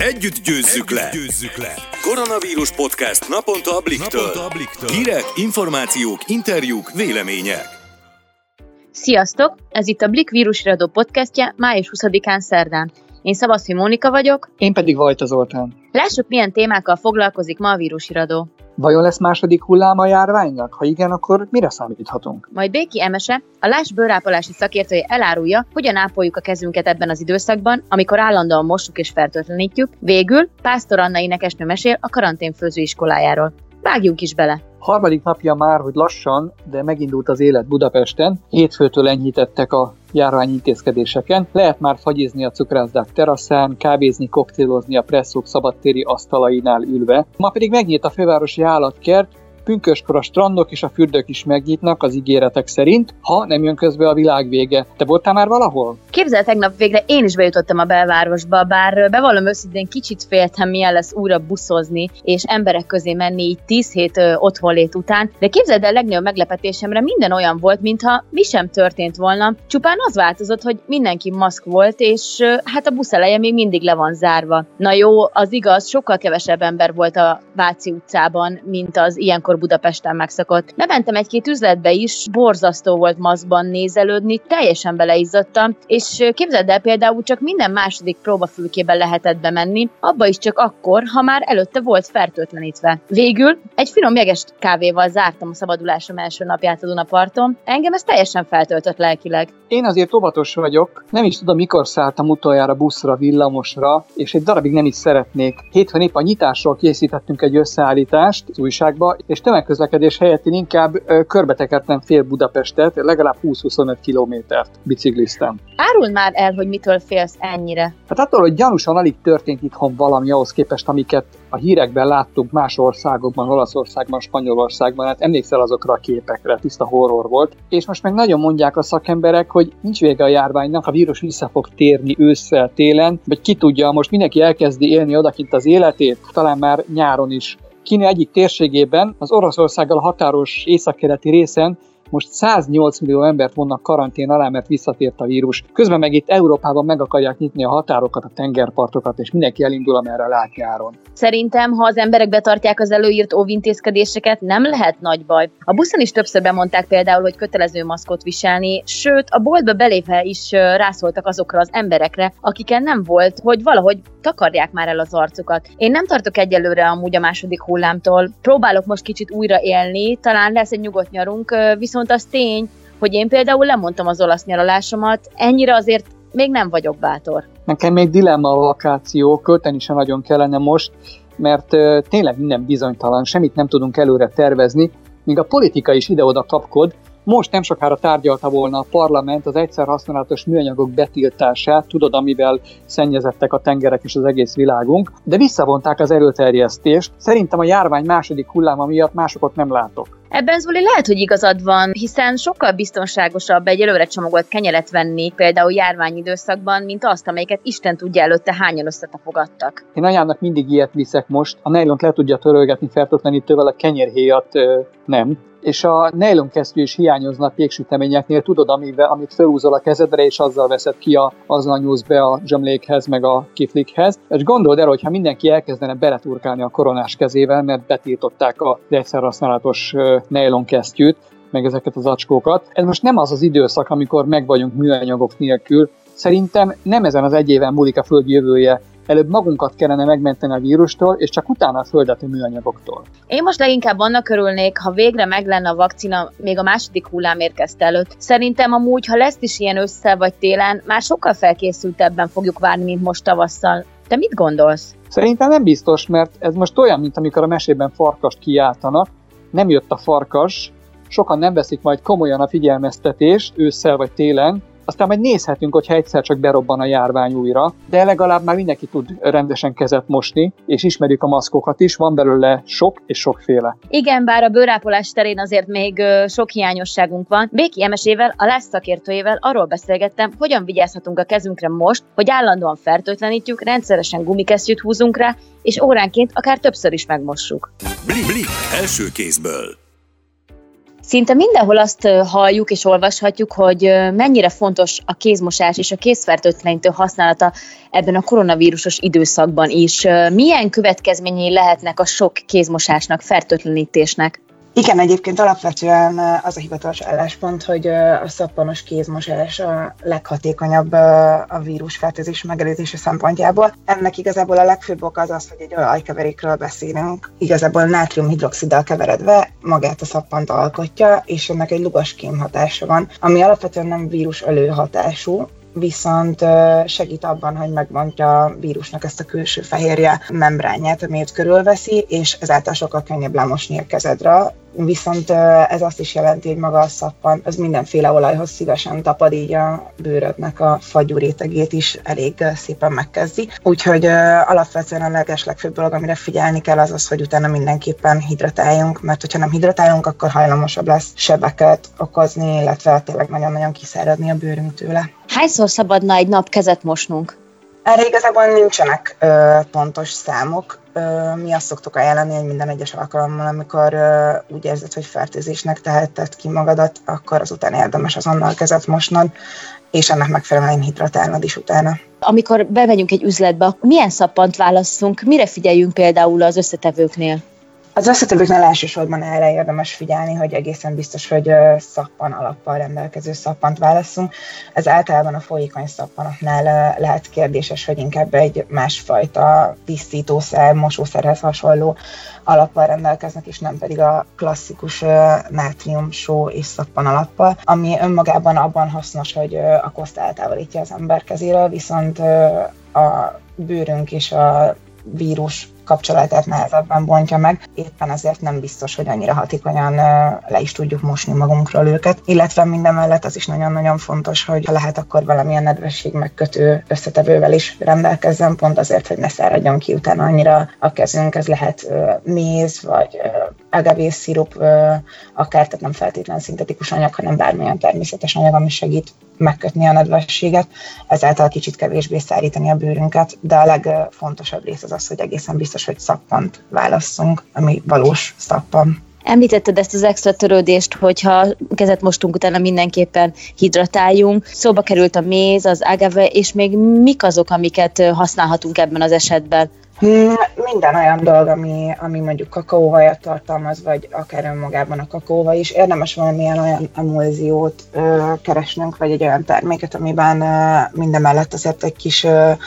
Együtt győzzük le! Koronavírus podcast naponta a Bliktől. Hírek, információk, interjúk, vélemények. Sziasztok! Ez itt a Blik vírusiradó podcastje május 20-án szerdán. Én Szavaszfi Mónika vagyok. Én pedig Vajta Zoltán. Lássuk, milyen témákkal foglalkozik ma a vírusiradó. Vajon lesz második hullám a járványnak? Ha igen, akkor mire számíthatunk? Majd Béki Emese, a Láss bőrápolási szakértője elárulja, hogyan ápoljuk a kezünket ebben az időszakban, amikor állandóan mossuk és fertőtlenítjük. Végül Pásztor Anna énekesnő mesél a karantén főzőiskolájáról. Vágjunk is bele! Harmadik napja már, hogy lassan, de megindult az élet Budapesten. Hétfőtől enyhítettek a járványintézkedéseken. Lehet már fagyizni a cukrászdák teraszán, kávézni, koktélozni a presszók szabadtéri asztalainál ülve. Ma pedig megnyílt a fővárosi állatkert, pünköskor a strandok és a fürdők is megnyitnak az ígéretek szerint, ha nem jön közbe a világ vége. Te voltál már valahol? Képzeld, tegnap végre én is bejutottam a belvárosba, bár bevallom őszintén kicsit féltem, milyen lesz újra buszozni és emberek közé menni így 10 hét otthonlét után, de képzeld el, legnagyobb meglepetésemre minden olyan volt, mintha mi sem történt volna, csupán az változott, hogy mindenki maszk volt, és hát a busz eleje még mindig le van zárva. Na jó, az igaz, sokkal kevesebb ember volt a Váci utcában, mint az ilyenkor Budapesten megszokott. Bementem egy-két üzletbe is, borzasztó volt maszkban nézelődni, teljesen beleizzadtam, és képzeld el, például csak minden második próbafülkében lehetett bemenni, abba is csak akkor, ha már előtte volt fertőtlenítve. Végül egy finom jeges kávéval zártam a szabadulásom első napját a Dunaparton. Engem ez teljesen feltöltött lelkileg. Én azért óvatos vagyok, nem is tudom, mikor szálltam utoljára buszra, villamosra, és egy darabig nem is szeretnék. Hétfőn épp a nyitásról készítettünk egy összeállítást az újságba, és tömegközlekedés helyett én inkább körbetekertem fél Budapestet, legalább 20-25 kilométert bicikliztem. Áruld már el, hogy mitől félsz ennyire. Hát attól, hogy gyanúsan alig történt itthon valami ahhoz képest, amiket a hírekben láttunk más országokban, Olaszországban, Spanyolországban, hát emlékszel azokra a képekre, tiszta horror volt. És most meg nagyon mondják a szakemberek, hogy nincs vége a járványnak, a vírus vissza fog térni ősszel, télen, vagy ki tudja, most mindenki elkezdi élni odakint az életét, talán már nyáron is. Kína egyik térségében, az Oroszországgal határos északkeleti részen most 108 millió embert vonnak karantén alá, mert visszatért a vírus. Közben meg itt Európában meg akarják nyitni a határokat, a tengerpartokat, és mindenki elindul, amerre lát nyáron. Szerintem, ha az emberek betartják az előírt óvintézkedéseket, nem lehet nagy baj. A buszon is többször bemondták például, hogy kötelező maszkot viselni, sőt, a boltba belépve is rászóltak azokra az emberekre, akiken nem volt, hogy valahogy takarják már el az arcukat. Én nem tartok egyelőre amúgy a második hullámtól. Próbálok most kicsit újra élni, talán lesz egy nyugodt nyarunk, viszont az tény, hogy én például lemondtam az olasz nyaralásomat, ennyire azért még nem vagyok bátor. Nekem még dilemma a vakáció, költeni sem nagyon kellene most, mert tényleg minden bizonytalan, semmit nem tudunk előre tervezni, míg a politika is ide-oda kapkod. Most nem sokára tárgyalta volna a parlament az egyszer használatos műanyagok betiltását, tudod, amivel szennyezettek a tengerek és az egész világunk, de visszavonták az előterjesztést. Szerintem a járvány második hulláma miatt másokat nem látok. Ebben, Zoli, lehet, hogy igazad van, hiszen sokkal biztonságosabb egy előre csomagolt kenyeret venni, például járványidőszakban, mint azt, amelyiket Isten tudja előtte hányan összetapogattak. Én anyámnak mindig ilyet viszek most, a nejlont le tudja törölgetni fertőtlenítővel, a kenyérhéjat nem. És a nejlonkesztyű is hiányozna a péksüteményeknél, tudod, amit felhúzol a kezedre, és azzal veszed ki, azzal nyúlsz be a zsömlékhez, meg a kiflikhez. És gondold el, hogyha mindenki elkezdene beleturkálni a koronás kezével, mert betiltották az egyszerhasználatos nejlonkesztyűt, meg ezeket az acskókat. Ez most nem az az időszak, amikor meg vagyunk műanyagok nélkül. Szerintem nem ezen az egy éven múlik a föld jövője. Előbb magunkat kellene megmenteni a vírustól, és csak utána a földet a műanyagoktól. Én most leginkább annak örülnék, ha végre meg lenne a vakcina még a második hullám érkezte előtt. Szerintem amúgy, ha lesz is ilyen ősszel vagy télen, már sokkal felkészültebben fogjuk várni, mint most tavasszal. Te mit gondolsz? Szerintem nem biztos, mert ez most olyan, mint amikor a mesében farkast kiáltanak. Nem jött a farkas, sokan nem veszik majd komolyan a figyelmeztetést ősszel vagy télen, aztán majd nézhetünk, hogyha egyszer csak berobban a járvány újra, de legalább már mindenki tud rendesen kezet mosni, és ismerjük a maszkokat is, van belőle sok és sokféle. Igen, bár a bőrápolás terén azért még sok hiányosságunk van. Béki Emesével, a Lász szakértőjével arról beszélgettem, hogyan vigyázhatunk a kezünkre most, hogy állandóan fertőtlenítjük, rendszeresen gumikesztyűt húzunk rá, és óránként akár többször is megmossuk. Blik első kézből. Szinte mindenhol azt halljuk és olvashatjuk, hogy mennyire fontos a kézmosás és a kézfertőtlenítő használata ebben a koronavírusos időszakban is. Milyen következményei lehetnek a sok kézmosásnak, fertőtlenítésnek? Igen, egyébként alapvetően az a hivatalos álláspont, hogy a szappanos kézmosás a leghatékonyabb a vírusfertőzés megelőzése szempontjából. Ennek igazából a legfőbb oka az, hogy egy olajkeverékről beszélünk. Igazából nátriumhidroxiddal keveredve magát a szappant alkotja, és ennek egy lugaském hatása van, ami alapvetően nem vírusölő hatású, viszont segít abban, hogy megbontja a vírusnak ezt a külső fehérje membránját, ami őt körülveszi, és ezáltal sokkal könnyebb lemosni a kezedre. Viszont ez azt is jelenti, hogy maga a szappan az mindenféle olajhoz szívesen tapad, így a bőrödnek a fagyú rétegét is elég szépen megkezdi. Úgyhogy alapvetően a legeslegfőbb dolog, amire figyelni kell, az az, hogy utána mindenképpen hidratáljunk, mert hogyha nem hidratálunk, akkor hajlamosabb lesz sebeket okozni, illetve tényleg nagyon-nagyon kiszáradni a bőrünk tőle. Hányszor szabadna egy nap kezet mosnunk? Erre igazából nincsenek pontos számok. Mi azt szoktuk ajánlani, hogy minden egyes alkalommal, amikor úgy érzed, hogy fertőzésnek teheted ki magadat, akkor azután érdemes azonnal kezet mosnod, és ennek megfelelően hidratálnod is utána. Amikor bemegyünk egy üzletbe, milyen szappant válasszunk, mire figyeljünk például az összetevőknél? Az összetevőknél elsősorban erre érdemes figyelni, hogy egészen biztos, hogy szappan alappal rendelkező szappant válasszunk. Ez általában a folyékony szappanoknál lehet kérdéses, hogy inkább egy másfajta tisztítószer, mosószerhez hasonló alappal rendelkeznek, és nem pedig a klasszikus nátrium, só és szappan alappal, ami önmagában abban hasznos, hogy a koszt eltávolítja az ember kezéről, viszont a bőrünk és a vírus kapcsolatát nehezebben bontja meg, éppen ezért nem biztos, hogy annyira hatékonyan le is tudjuk mosni magunkról őket. Illetve mindemellett az is nagyon-nagyon fontos, hogy ha lehet, akkor valamilyen nedvesség megkötő összetevővel is rendelkezzen, pont azért, hogy ne száradjon ki utána annyira a kezünk. Ez lehet méz, vagy agavészirup, akár, tehát nem feltétlenül szintetikus anyag, hanem bármilyen természetes anyag, ami segít megkötni a nedvességet, ezáltal kicsit kevésbé szárítani a bőrünket, de a legfontosabb rész az az, hogy egészen biztos, hogy szappant válasszunk, ami valós szappan. Említetted ezt az extra törődést, hogyha kezet mostunk, utána mindenképpen hidratáljunk. Szóba került a méz, az agave, és még mik azok, amiket használhatunk ebben az esetben? Minden olyan dolog, ami mondjuk kakaóvajat tartalmaz, vagy akár önmagában a kakaóvaj is. Érdemes valamilyen olyan emulziót keresnünk, vagy egy olyan terméket, amiben mindemellett azért egy kis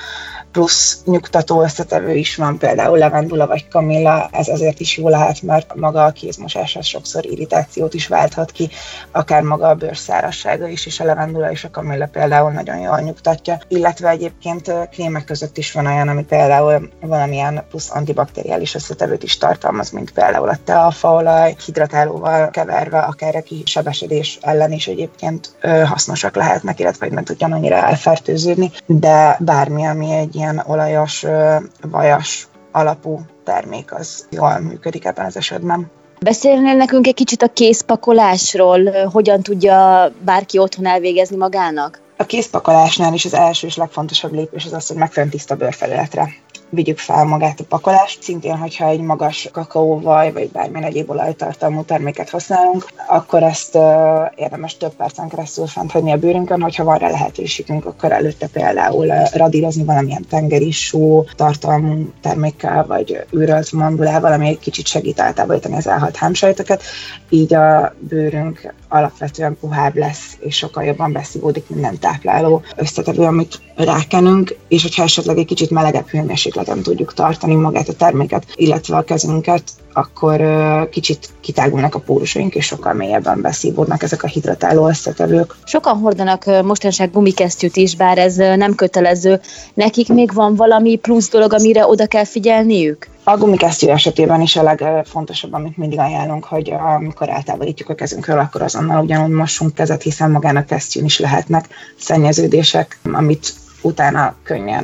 plusz nyugtató összetevő is van, például levendula vagy kamilla, ez azért is jó lehet, mert maga a kézmosás az sokszor irritációt is válthat ki, akár maga a bőrszárazsága is, és a levendula és a kamilla például nagyon jól nyugtatja, illetve egyébként krémek között is van olyan, ami például valamilyen plusz antibakteriális összetevőt is tartalmaz, mint például a teafaolaj, hidratálóval keverve, akár a kisebesedés ellen is egyébként hasznosak lehetnek, illetve hogy nem tudjan annyira elfertőződni, de bármi, ami egy ilyen olajos, vajas alapú termék, az jól működik ebben az esetben. Beszélnél nekünk egy kicsit a kézpakolásról, hogyan tudja bárki otthon elvégezni magának? A kézpakolásnál is az első és legfontosabb lépés az az, hogy megfelelően tiszta bőrfelületre vigyük fel magát a pakolást. Szintén, hogyha egy magas kakaóvaj, vagy bármilyen egyéb olajtartalmú terméket használunk, akkor ezt érdemes több percen keresztül fent hagyni a bőrünkön, hogyha van rá lehetőségünk, akkor előtte például radírozni valamilyen tengeri só tartalmú termékkel, vagy őrölt mandulával, ami egy kicsit segít eltávolítani az elhalt hámsejteket. Így a bőrünk alapvetően puhább lesz, és sokkal jobban beszívódik minden tápláló összetevő, amit rákenünk, és hogyha esetleg egy kicsit melegebb hőmérsékleten tudjuk tartani magát a terméket, illetve a kezünket, akkor kicsit kitágulnak a pórusaink, és sokkal mélyebben beszívódnak ezek a hidratáló összetevők. Sokan hordanak mostanság gumikesztyűt is, bár ez nem kötelező. Nekik még van valami plusz dolog, amire oda kell figyelniük? A gumikesztyű esetében is a legfontosabb, amit mindig ajánlunk, hogy amikor eltávolítjuk a kezünkről, akkor azonnal ugyanúgy mossunk kezet, hiszen magán a kesztyűn is lehetnek szennyeződések, amit utána könnyen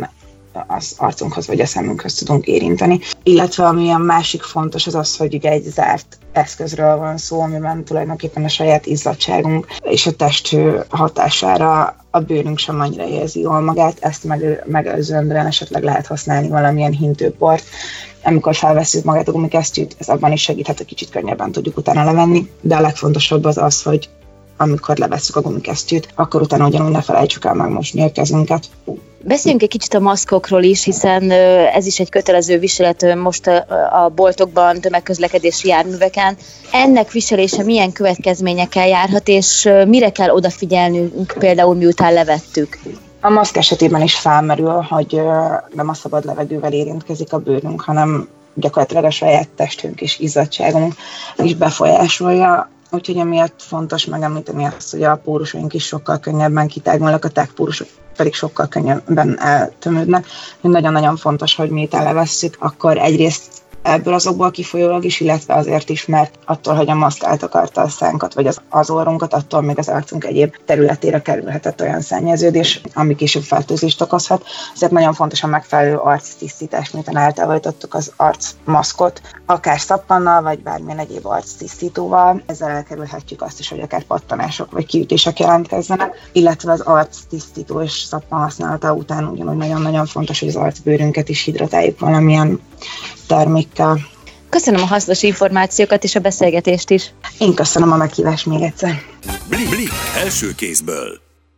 az arcunkhoz vagy a szemünkhöz tudunk érinteni. Illetve ami a másik fontos az az, hogy ugye egy zárt eszközről van szó, amiben tulajdonképpen a saját izzadságunk és a testhő hatására a bőrünk sem annyira érzi jól magát, ezt megelőzően esetleg lehet használni valamilyen hintőport. Amikor felvesszük magát a gumikesztyűt, ez abban is segíthet, hogy kicsit könnyebben tudjuk utána levenni, de a legfontosabb az az, hogy amikor levesszük a gumikesztyűt, akkor utána ugyanúgy ne felejtsük el megmosni a kezünket. Beszéljünk egy kicsit a maszkokról is, hiszen ez is egy kötelező viselet most a boltokban, tömegközlekedési járműveken. Ennek viselése milyen következményekkel járhat, és mire kell odafigyelnünk például miután levettük? A maszk esetében is felmerül, hogy nem a szabad levegővel érintkezik a bőrünk, hanem gyakorlatilag a saját testünk és izzadságunk is befolyásolja. Úgyhogy emiatt fontos megemlíteni azt, hogy a pórusaink is sokkal könnyebben kitágulnak, a tágpórusok pedig sokkal könnyebben eltömődnek. Nagyon-nagyon fontos, hogy miután levesszük, akkor egyrészt ebből azokból kifolyólag is, illetve azért is, mert attól, hogy a maszk eltakarta a szánkat, vagy az orrunkat, attól még az arcunk egyéb területére kerülhetett olyan szennyeződés, ami később fertőzést okozhat. Ezért nagyon fontos a megfelelő arctisztítás, miután eltávolítottuk az arcmaszkot, akár szappannal, vagy bármilyen egyéb arctisztítóval. Ezzel elkerülhetjük azt is, hogy akár pattanások vagy kiütések jelentkezzenek, illetve az arctisztító és szappan használata után ugyanúgy nagyon-nagyon fontos, hogy az arcbőrünket is hidratáljuk valamilyen termékkel. Köszönöm a hasznos információkat és a beszélgetést is. Én köszönöm a meghívást még egyszer. Blik első kézből.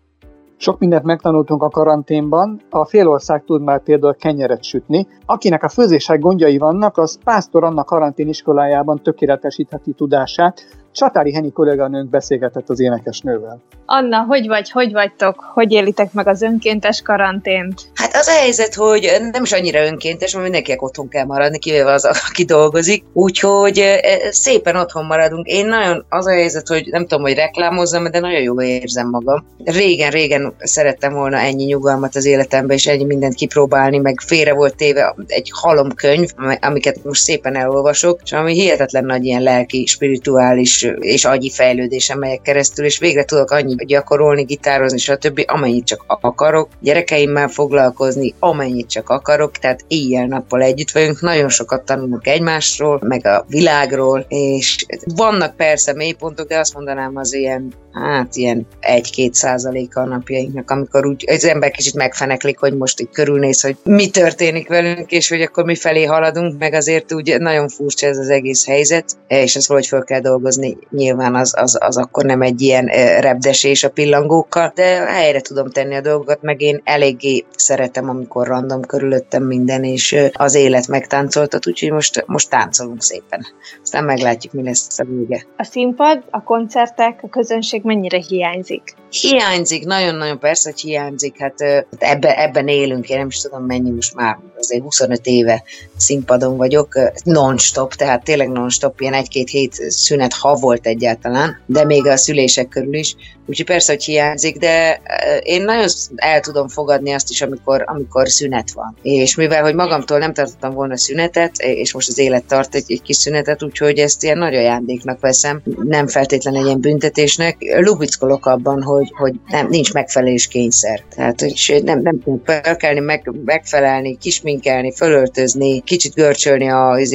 Sok mindent megtanultunk a karanténban, a félország tud már például kenyeret sütni. Akinek a főzések gondjai vannak, az Pásztor Anna karantén iskolájában tökéletesítheti tudását. Csatári Henny kolléganőnk beszélgetett az énekesnővel. Anna, hogy vagytok? Hogy élitek meg az önkéntes karantént? Hát az a helyzet, hogy nem is annyira önkéntes, mert mindenkinek otthon kell maradni, kivéve az, aki dolgozik. Úgyhogy szépen otthon maradunk. Én nagyon az a helyzet, hogy nem tudom, hogy reklámozzam, de nagyon jól érzem magam. Régen szerettem volna ennyi nyugalmat az életemben, és ennyi mindent kipróbálni, meg félre volt téve egy halomkönyv, amiket most szépen elolvasok, és ami hihetetlen nagy ilyen lelki, spirituális és agyi fejlődésen megyek keresztül, és végre tudok annyit gyakorolni, gitározni, stb., amennyit csak akarok, gyerekeimmel foglalkozni, amennyit csak akarok, tehát éjjel-nappal együtt vagyunk, nagyon sokat tanulunk egymásról, meg a világról, és vannak persze mélypontok, de azt mondanám az ilyen 1-2% a napjainknak, amikor úgy az ember kicsit megfeneklik, hogy most így körülnéz, hogy mi történik velünk, és hogy akkor mi felé haladunk, meg azért úgy nagyon furcsa ez az egész helyzet, és ezt valahogy fel kell dolgozni. Nyilván az akkor nem egy ilyen repdesés a pillangókkal, de helyre tudom tenni a dolgokat, meg én eléggé szeretem, amikor random körülöttem minden, és az élet megtáncoltat, úgyhogy most táncolunk szépen. Aztán meglátjuk, mi lesz a vége. A színpad, a koncertek, a közönség mennyire hiányzik? Hiányzik, nagyon-nagyon persze, hogy hiányzik, hát ebben élünk, én nem is tudom mennyi, most már azért 25 éve színpadon vagyok, non-stop, tehát tényleg non-stop, ilyen 1-2 hét szünet, ha volt egyáltalán, de még a szülések körül is, úgyhogy persze, hogy hiányzik, de én nagyon el tudom fogadni azt is, amikor szünet van. És mivel, hogy magamtól nem tartottam volna szünetet, és most az élet tart egy kis szünetet, úgyhogy ezt ilyen nagy ajándéknak veszem, nem feltétlenül egy ilyen büntetésnek. Lubickolok abban, hogy nincs megfelelés kényszer. Tehát, hogy nem tudom felkelni, megfelelni, kisminkelni, fölöltözni, kicsit görcsölni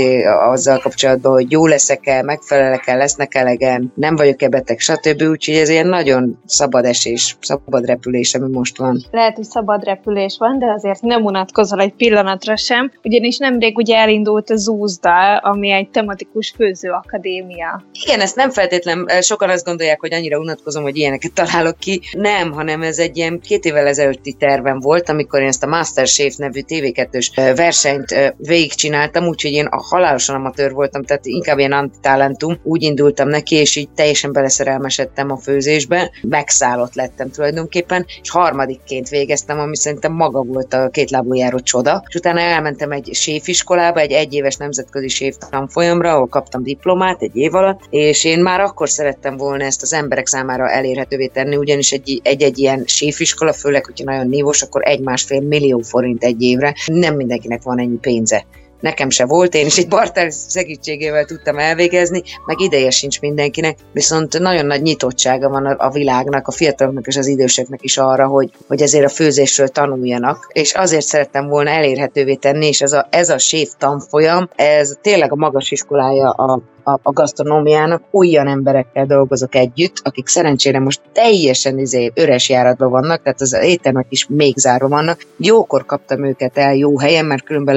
azzal kapcsolatban, hogy jó leszek-e, megfelelek-e, lesznek elegen, nem vagyok-e beteg, stb. Úgyhogy ez ilyen nagyon szabad esés, szabad repülés, ami most van. Lehet, hogy szabad repülés van, de azért nem unatkozol egy pillanatra sem, ugyanis nemrég ugye elindult a Zúzda, ami egy tematikus főzőakadémia. Igen, ezt nem feltétlen, sokan azt gondolják, hogy annyira unatkozom, hogy ilyeneket találok ki. Nem, hanem ez egy ilyen 2 évvel ezelőtti tervem volt, amikor én ezt a Masterchef nevű TV2-ös versenyt végigcsináltam, úgyhogy én halálosan amatőr voltam, tehát inkább ilyen antitalentum, úgy indultam neki, és így teljesen beleszerelmesedtem a főzésbe, megszállott lettem tulajdonképpen, és harmadikként végeztem, ami szerintem maga volt a kétlábú járó csoda, és utána elmentem egy séfiskolába, egy 1 éves nemzetközi séf tanfolyamra, ahol kaptam diplomát 1 év alatt, és én már akkor szerettem volna ezt az emberek számára elérhetővé tenni, ugyanis egy ilyen séfiskola, főleg, hogyha nagyon nívós, akkor 1,5 millió forint 1 évre, nem mindenkinek van ennyi pénze. nekem se volt, én is egy barter segítségével tudtam elvégezni, meg ideje sincs mindenkinek, viszont nagyon nagy nyitottsága van a világnak, a fiataloknak és az időseknek is arra, hogy ezért a főzésről tanuljanak, és azért szerettem volna elérhetővé tenni, és ez a séf tanfolyam, ez tényleg a magas iskolája a gasztronómiának. Olyan emberekkel dolgozok együtt, akik szerencsére most teljesen üres járatban vannak, tehát az éttermek is még zárva vannak. Jókor kaptam őket el jó helyen, mert különben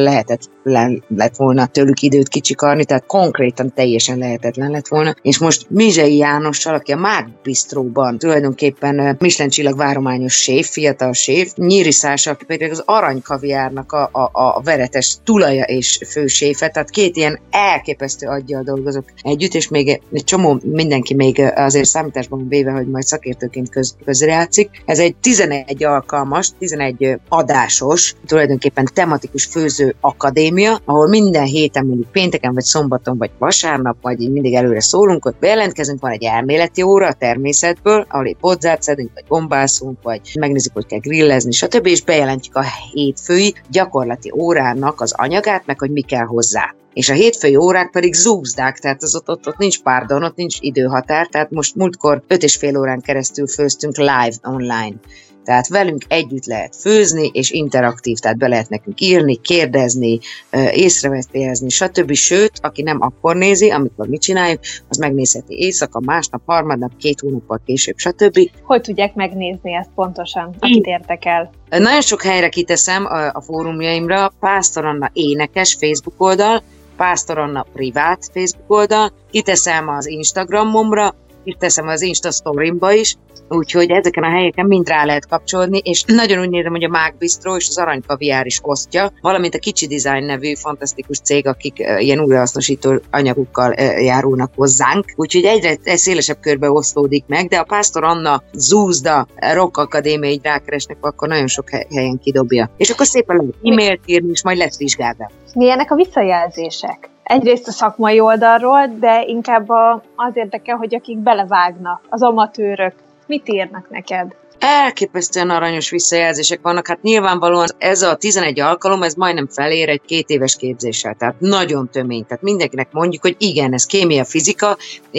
lett volna tőlük időt kicsikarni, tehát konkrétan teljesen lehetetlen lett volna. És most Mizsei Jánossal, aki a Mág Bistróban tulajdonképpen Michelin csillag várományos séf, fiatal séf, Nyíri Szása, aki pedig az aranykaviárnak a veretes tulaja és főséfe, tehát két ilyen elképesztő aggyal dolgozok együtt, és még egy csomó mindenki még azért számításban véve, hogy majd szakértőként közrejátszik. Ez egy 11 alkalmas, 11 adásos, tulajdonképpen tematikus főző akadémia, ahol minden héten, mondjuk pénteken, vagy szombaton, vagy vasárnap, vagy így mindig előre szólunk, ott bejelentkezünk, van egy elméleti óra a természetből, ahol egy podzát szedünk, vagy gombászunk, vagy megnézzük, hogy kell grillezni, stb. És bejelentjük a hétfői gyakorlati órának az anyagát, meg hogy mi kell hozzá. És a hétfői órák pedig zúzdák, tehát ott nincs pardon, ott nincs időhatár, tehát most múltkor 5,5 órán keresztül főztünk live online. Tehát velünk együtt lehet főzni, és interaktív, tehát be lehet nekünk írni, kérdezni, észrevételezni, stb. Sőt, aki nem akkor nézi, amikor mi csináljuk, az megnézheti éjszaka, másnap, harmadnap, 2 hónappal később, stb. Hogy tudják megnézni ezt pontosan, akit érdekel? Nagyon sok helyre kiteszem a fórumjaimra, Pásztor Anna énekes Facebook oldal, Pásztor Anna privát Facebook oldal, kiteszem az Instagramomra, kiteszem az Insta Storimba is, úgyhogy ezeken a helyeken mind rá lehet kapcsolódni, és nagyon úgy nézem, hogy a Mág Bistro és az Aranykaviár is osztja, valamint a Kicsi Design nevű fantasztikus cég, akik ilyen újrahasznosító anyagokkal járulnak hozzánk, úgyhogy egyre szélesebb körbe osztódik meg, de a Pásztor Anna Zúzda Rock Akadémia így rákeresnek, akkor nagyon sok helyen kidobja. És akkor szépen lehet e-mailt írni, és majd lesz vizsgálva. Milyenek a visszajelzések? Egyrészt a szakmai oldalról, de inkább az érdekel, hogy akik belevágnak, az amatőrök, mit írnak neked? Elképesztően aranyos visszajelzések vannak, hát nyilvánvalóan ez a 11 alkalom, ez majdnem felér egy 2 éves képzéssel, tehát nagyon tömény, tehát mindenkinek mondjuk, hogy igen, ez kémia, fizika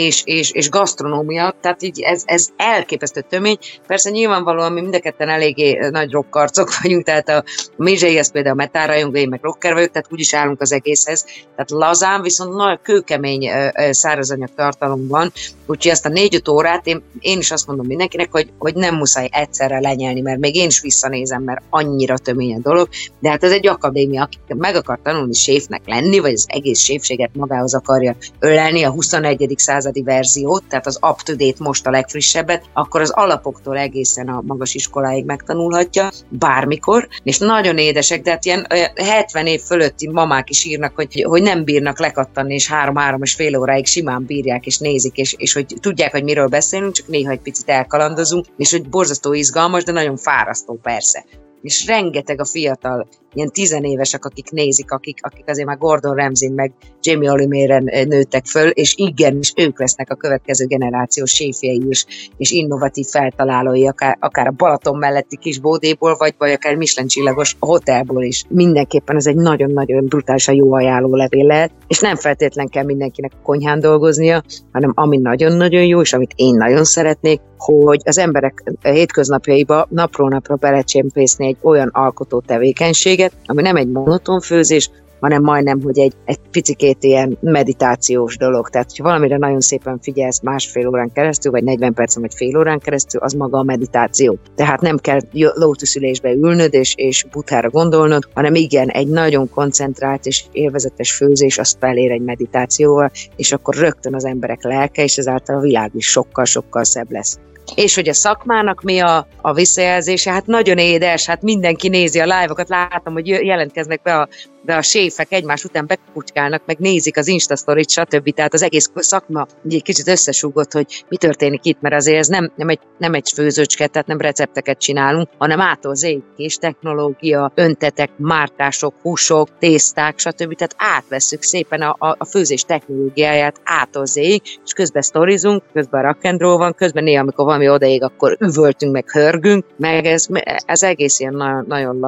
és gasztronómia, tehát így ez elképesztő tömény. Persze nyilvánvalóan mi mindketten eléggé nagy rockarcok vagyunk, tehát a Mizsei, ez például a metálrajongó, én meg rocker vagyok, tehát úgyis állunk az egészhez, tehát lazán, viszont nagy kőkemény szárazanyag tartalom van, úgyhogy ezt a 4-5 órát én is azt mondom mindenkinek, hogy nem muszáj egyszerre lenyelni, mert még én is visszanézem, mert annyira tömény a dolog, de hát ez egy akadémia, aki meg akar tanulni séfnek lenni, vagy az egész séfséget magához akarja ölelni, a 21. századi verziót, tehát az up-to-date most a legfrissebbet, akkor az alapoktól egészen a magas iskoláig megtanulhatja, bármikor, és nagyon édesek, de hát ilyen 70 év fölötti mamák is írnak, hogy nem bírnak lekattanni, és 3-3,5 óráig simán bírják, és nézik, és hogy tudják, hogy miről beszélünk, csak néha egy picit elkalandozunk, és hogy borzasztó izgalmas, de nagyon fárasztó persze. És rengeteg a fiatal, ilyen 10 évesek, akik nézik, akik azért már Gordon Ramsayn meg Jamie Oliméren nőttek föl, és igenis ők lesznek a következő generáció séfjei és innovatív feltalálói, akár a Balaton melletti kis bódéból, vagy akár Michelin csillagos hotelból is. Mindenképpen ez egy nagyon-nagyon brutálisan jó ajánlólevél lehet, és nem feltétlen kell mindenkinek a konyhán dolgoznia, hanem ami nagyon-nagyon jó, és amit én nagyon szeretnék, hogy az emberek hétköznapjaiba napról napra belecsempészni egy olyan alkotó tevékenységet, ami nem egy monoton főzés, hanem majdnem, hogy egy picikét ilyen meditációs dolog. Tehát, hogyha valamire nagyon szépen figyelsz 1,5 órán keresztül, vagy 40 percen, vagy fél órán keresztül, az maga a meditáció. Tehát nem kell lótuszülésbe ülnöd és buthára gondolnod, hanem igen, egy nagyon koncentrált és élvezetes főzés, azt felér egy meditációval, és akkor rögtön az emberek lelke, és ezáltal a világ is sokkal-sokkal szebb lesz. És hogy a szakmának mi a visszajelzése, hát nagyon édes, hát mindenki nézi a live-okat, látom, hogy jelentkeznek be a séfek egymás után bekucskálnak, meg nézik az Instastoryt, stb. Tehát az egész szakma egy kicsit összesúgott, hogy mi történik itt, mert azért ez nem egy főzőcske, tehát nem recepteket csinálunk, hanem ától zéig és technológia, öntetek, mártások, húsok, tészták, stb. Tehát átvesszük szépen a főzés technológiáját ától zéig, és közben sztorizunk, közben rock and roll van, közben néha, amikor valami odaég, akkor üvöltünk, meg hörgünk, meg ez egész ilyen nagyon, nagyon laza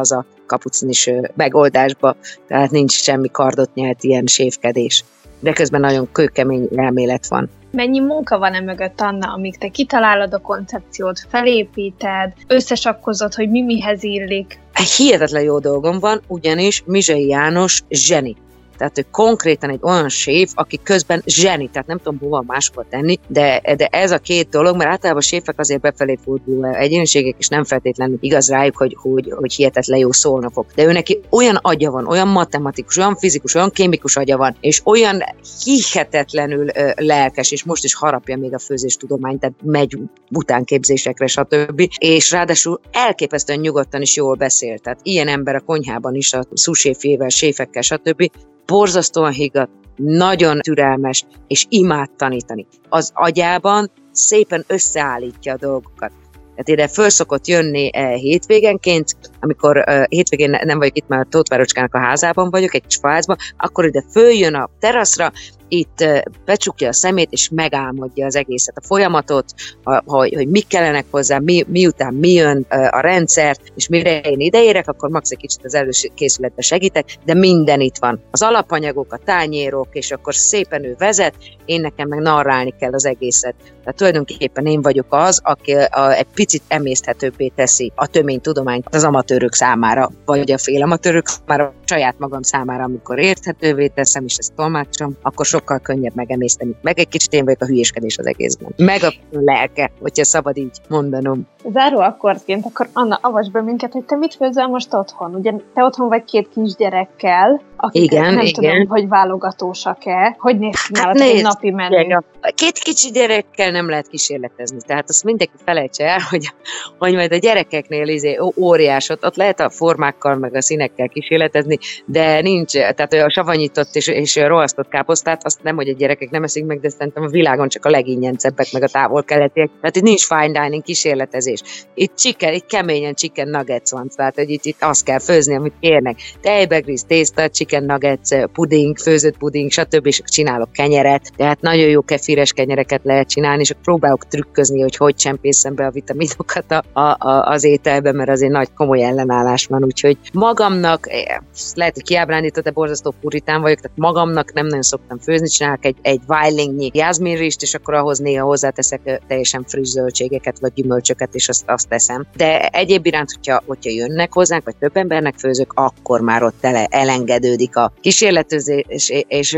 kapucnis megoldásba, tehát nincs semmi kardot nyelt ilyen séfkedés. De közben nagyon kőkemény elmélet van. Mennyi munka van mögött, Anna, amíg te kitalálod a koncepciót, felépíted, összesakkozod, hogy mi mihez illik? Hihetetlen jó dolgom van, ugyanis Mizsei János zseni. Tehát ő konkrétan egy olyan séf, aki közben zseni, tehát nem tudom hova máshova tenni, de ez a két dolog, mert általában a séfek azért befelé forduló egyéniségek, és nem feltétlenül igaz rájuk, hogy hihetetlen jó szólnokok. De ő neki olyan agya van, olyan matematikus, olyan fizikus, olyan kémikus agya van, és olyan hihetetlenül lelkes, és most is harapja még a főzéstudományt, tehát megy utánképzésekre, stb. És ráadásul elképesztően nyugodtan is jól beszél. Tehát ilyen ember a konyhában is, a sous-séfjével, séfekkel, stb. Borzasztóan higgadt, nagyon türelmes, és imád tanítani. Az agyában szépen összeállítja a dolgokat. Tehát ide föl szokott jönni hétvégenként, amikor hétvégén nem vagyok itt, már Tóth Várocskának a házában vagyok, egy kis faházban, akkor ide följön a teraszra, itt becsukja a szemét, és megálmodja az egészet, a folyamatot, hogy mik kellenek hozzá, miután mi jön a rendszert, és mire én ideérek, akkor max egy kicsit az előkészületbe segítek, de minden itt van. Az alapanyagok, a tányérok, és akkor szépen ő vezet, én nekem meg narrálni kell az egészet. Tehát tulajdonképpen én vagyok az, aki egy picit emészthetőbbé teszi a töménytudományt az amatőrök számára, vagy a félamatőrök számára, a saját magam számára, amikor érthetővé teszem, és ezt tolmácsolom, akkor sokkal könnyebb megemészteni. Meg egy kicsit én vagyok a hülyéskedés az egészben. Meg a lelke, hogyha szabad így mondanom. Záró akkordként, akkor Anna, avasd be minket, hogy te mit főzöl most otthon? Ugye te otthon vagy 2 kisgyerekkel, akik nem tudom, hogy válogatósak-e. Hogy néz ki nálad egy napi menü? 2 kicsi gyerekkel nem lehet kísérletezni. Tehát azt mindenki felejtse el, hogy majd a gyerekeknél óriásot, ott lehet a formákkal, meg a színekkel kísérletezni, de nincs, tehát a savanyított és rohasztott káposztát, azt nem, hogy a gyerekek nem eszik meg, de szerintem a világon csak a legingyencebbek, meg a távol-keletiek. Tehát itt nincs fine dining kísérletezés. Itt keményen chicken nuggets van, tehát hogy itt azt kell főzni, amit kérnek. Tejbegríz, tészta, chicken nuggets, puding, főzött puding, stb. És csinálok kenyeret, tehát nagyon jó kefíres kenyereket lehet csinálni, és próbálok trükközni, hogy csempészem be a vitaminokat az ételbe, mert azért nagy komoly ellenállás van, úgyhogy magamnak, lehet, hogy kiábrándított, de borzasztó puritán vagyok, tehát magamnak nem nagyon szoktam főzni, csinálok egy vájlingnyi jászminrist, és akkor ahhoz néha hozzáteszek teljesen friss zöldségeket, vagy gyümölcsöket, és azt teszem. De egyéb iránt, hogyha jönnek hozzánk, vagy több embernek főzök, akkor már ott elengedődik a kísérletezés, és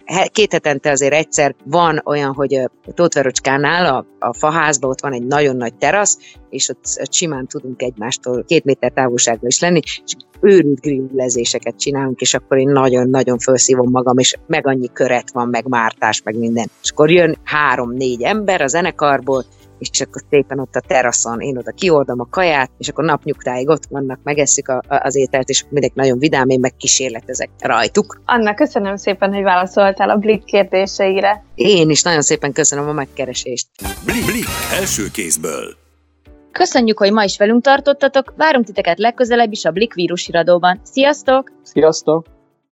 2 hetente azért egyszer van olyan, hogy Tóth Várocskánál a faházban ott van egy nagyon nagy terasz, és ott simán tudunk egymástól 2 méter távolságban is lenni, és őrült grillezéseket csinálunk, és akkor én nagyon-nagyon felszívom magam, és meg annyi köret van, meg mártás, meg minden. És akkor jön 3-4 ember a zenekarból, és akkor szépen ott a teraszon én oda kioldom a kaját, és akkor napnyugtáig ott vannak, megesszük az ételt, és mindegy nagyon vidám, én meg kísérletezek rajtuk. Anna, köszönöm szépen, hogy válaszoltál a Blik kérdéseire. Én is nagyon szépen köszönöm a megkeresést. Blik első kézből. Köszönjük, hogy ma is velünk tartottatok, várunk titeket legközelebb is a Blik vírushíradóban. Sziasztok! Sziasztok!